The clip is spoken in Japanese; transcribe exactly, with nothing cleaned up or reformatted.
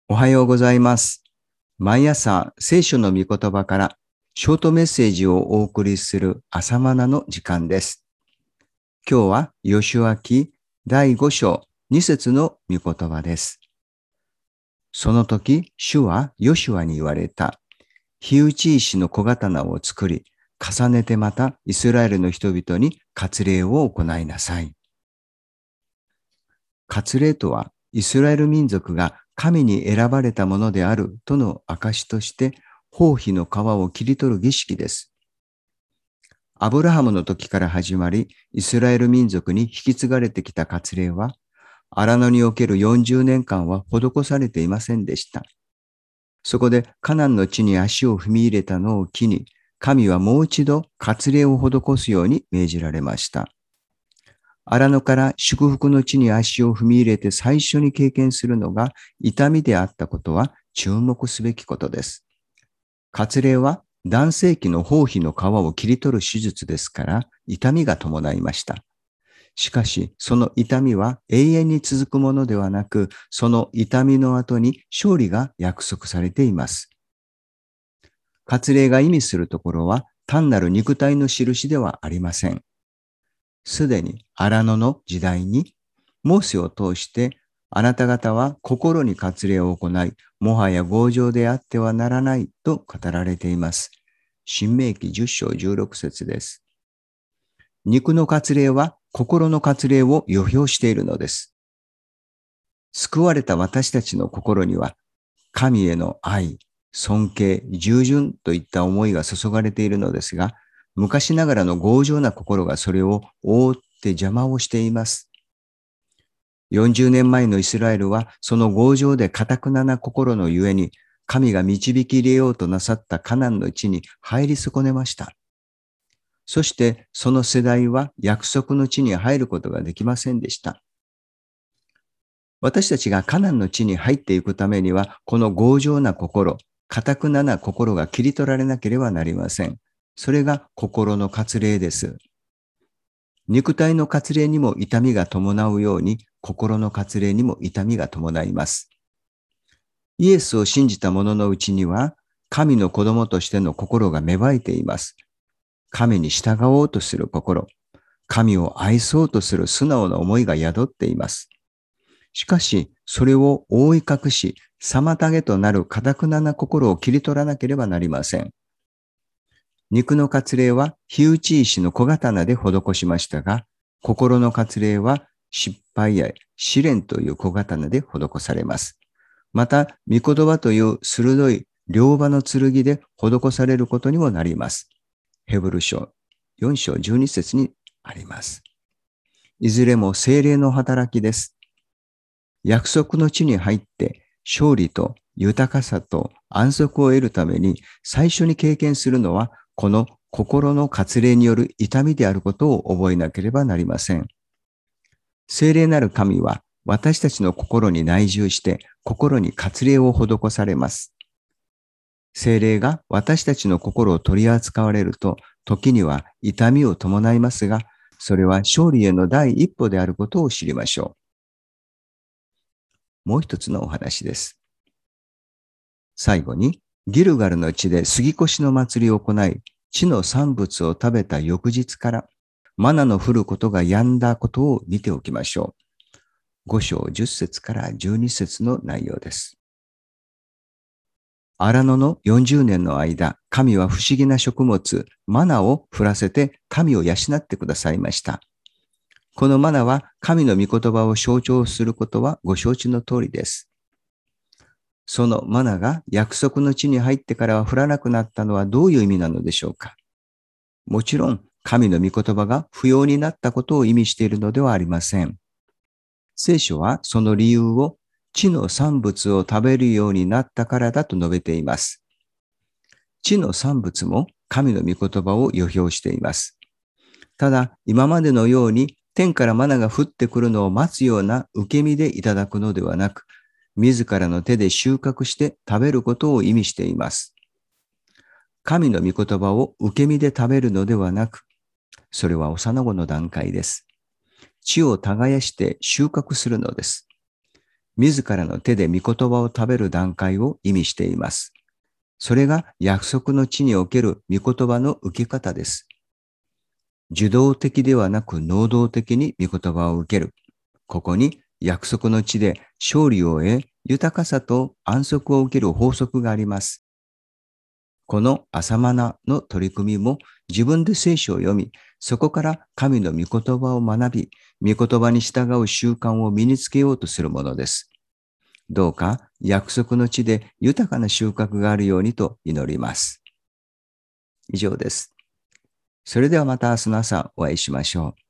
おはようございます。毎朝、聖書の御言葉からショートメッセージをお送りする朝マナの時間です。今日は、ヨシュア記だいご章に節の御言葉です。その時、主はヨシュアに言われた。火打ち石の小刀を作り、重ねてまたイスラエルの人々に割礼を行いなさい。割礼とは、イスラエル民族が神に選ばれたものであるとの証として、包皮の皮を切り取る儀式です。アブラハムの時から始まり、イスラエル民族に引き継がれてきた割礼は、荒野におけるよんじゅうねんかんは施されていませんでした。そこでカナンの地に足を踏み入れたのを機に、神はもう一度割礼を施すように命じられました。荒野から祝福の地に足を踏み入れて最初に経験するのが痛みであったことは注目すべきことです。割礼は男性器の包皮の皮を切り取る手術ですから痛みが伴いました。しかしその痛みは永遠に続くものではなく、その痛みの後に勝利が約束されています。割礼が意味するところは単なる肉体の印ではありません。すでに荒野の時代に、モーセを通して、あなた方は心に割礼を行い、もはや強情であってはならないと語られています。申命記じゅっ章じゅうろく節です。肉の割礼は心の割礼を予表しているのです。救われた私たちの心には、神への愛、尊敬、従順といった思いが注がれているのですが、昔ながらの強情な心がそれを覆って邪魔をしています。よんじゅうねんまえのイスラエルはその強情で堅なな心のゆえに、神が導き入れようとなさったカナンの地に入り損ねました。そしてその世代は約束の地に入ることができませんでした。私たちがカナンの地に入っていくためには、この強情な心、堅なな心が切り取られなければなりません。それが心の割礼です。肉体の割礼にも痛みが伴うように、心の割礼にも痛みが伴います。イエスを信じた者のうちには、神の子供としての心が芽生えています。神に従おうとする心、神を愛そうとする素直な思いが宿っています。しかし、それを覆い隠し、妨げとなる堅な心を切り取らなければなりません。肉の割礼は火打ち石の小刀で施しましたが、心の割礼は失敗や試練という小刀で施されます。また、御言葉という鋭い両刃の剣で施されることにもなります。ヘブル書よん章じゅうに節にあります。いずれも聖霊の働きです。約束の地に入って勝利と豊かさと安息を得るために最初に経験するのはこの心の割礼による痛みであることを覚えなければなりません。聖霊なる神は私たちの心に内住して心に割礼を施されます。聖霊が私たちの心を取り扱われると、時には痛みを伴いますが、それは勝利への第一歩であることを知りましょう。もう一つのお話です。最後に、ギルガルの地で杉越の祭りを行い、地の産物を食べた翌日から、マナの降ることが止んだことを見ておきましょう。ご章じゅっ節からじゅうに節の内容です。荒野のよんじゅうねんの間、神は不思議な食物、マナを降らせて民を養ってくださいました。このマナは神の御言葉を象徴することはご承知の通りです。そのマナが約束の地に入ってからは降らなくなったのはどういう意味なのでしょうか。もちろん、神の御言葉が不要になったことを意味しているのではありません。聖書はその理由を地の産物を食べるようになったからだと述べています。地の産物も神の御言葉を予表しています。ただ、今までのように天からマナが降ってくるのを待つような受け身でいただくのではなく、自らの手で収穫して食べることを意味しています。神の御言葉を受け身で食べるのではなく、それは幼子の段階です。地を耕して収穫するのです。 自らの手で御言葉を食べる段階を意味しています。それが約束の地における御言葉の受け方です。受動的ではなく能動的に御言葉を受ける。ここに約束の地で勝利を得、豊かさと安息を受ける法則があります。この朝マナの取り組みも自分で聖書を読み、そこから神の御言葉を学び、御言葉に従う習慣を身につけようとするものです。どうか約束の地で豊かな収穫があるようにと祈ります。以上です。それではまた明日の朝お会いしましょう。